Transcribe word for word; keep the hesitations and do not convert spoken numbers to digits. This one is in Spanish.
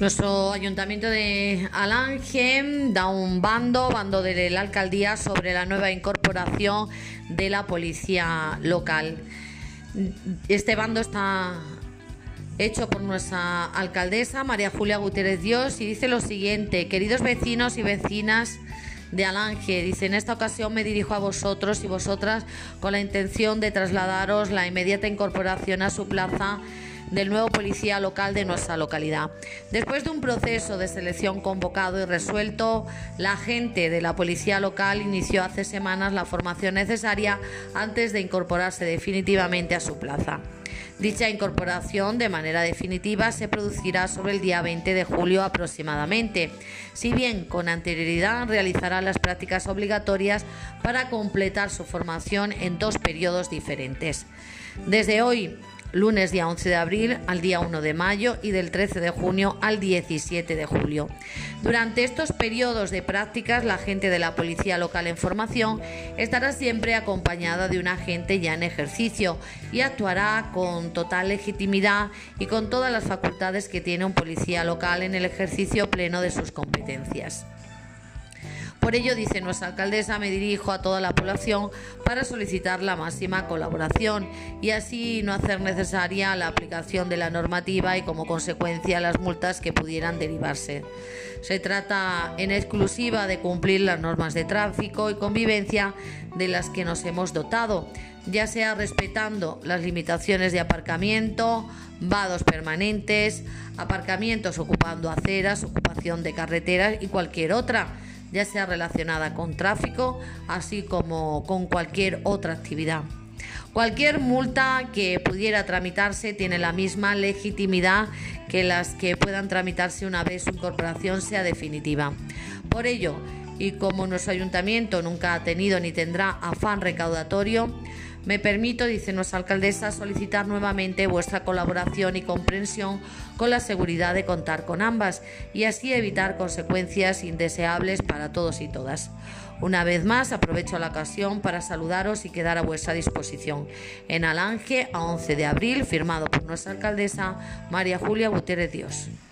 Nuestro ayuntamiento de Alange da un bando, bando de la alcaldía sobre la nueva incorporación de la policía local. Este bando está hecho por nuestra alcaldesa María Julia Gutiérrez Dios y dice lo siguiente: queridos vecinos y vecinas de Alange, dice, en esta ocasión me dirijo a vosotros y vosotras con la intención de trasladaros la inmediata incorporación a su plaza del nuevo policía local de nuestra localidad. Después de un proceso de selección convocado y resuelto, la gente de la policía local inició hace semanas la formación necesaria antes de incorporarse definitivamente a su plaza. Dicha incorporación de manera definitiva se producirá sobre el día veinte de julio aproximadamente, si bien con anterioridad realizará las prácticas obligatorias para completar su formación en dos periodos diferentes. Desde hoy, lunes día once de abril al día uno de mayo y del trece de junio al diecisiete de julio. Durante estos periodos de prácticas, la gente de la policía local en formación estará siempre acompañada de un agente ya en ejercicio y actuará con total legitimidad y con todas las facultades que tiene un policía local en el ejercicio pleno de sus competencias. Por ello, dice nuestra alcaldesa, me dirijo a toda la población para solicitar la máxima colaboración y así no hacer necesaria la aplicación de la normativa y como consecuencia las multas que pudieran derivarse. Se trata en exclusiva de cumplir las normas de tráfico y convivencia de las que nos hemos dotado, ya sea respetando las limitaciones de aparcamiento, vados permanentes, aparcamientos ocupando aceras, ocupación de carreteras y cualquier otra, ya sea relacionada con tráfico, así como con cualquier otra actividad. Cualquier multa que pudiera tramitarse tiene la misma legitimidad que las que puedan tramitarse una vez su incorporación sea definitiva. Por ello, y como nuestro ayuntamiento nunca ha tenido ni tendrá afán recaudatorio, me permito, dice nuestra alcaldesa, solicitar nuevamente vuestra colaboración y comprensión con la seguridad de contar con ambas y así evitar consecuencias indeseables para todos y todas. Una vez más, aprovecho la ocasión para saludaros y quedar a vuestra disposición. En Alange, a once de abril, firmado por nuestra alcaldesa María Julia Gutiérrez Dios.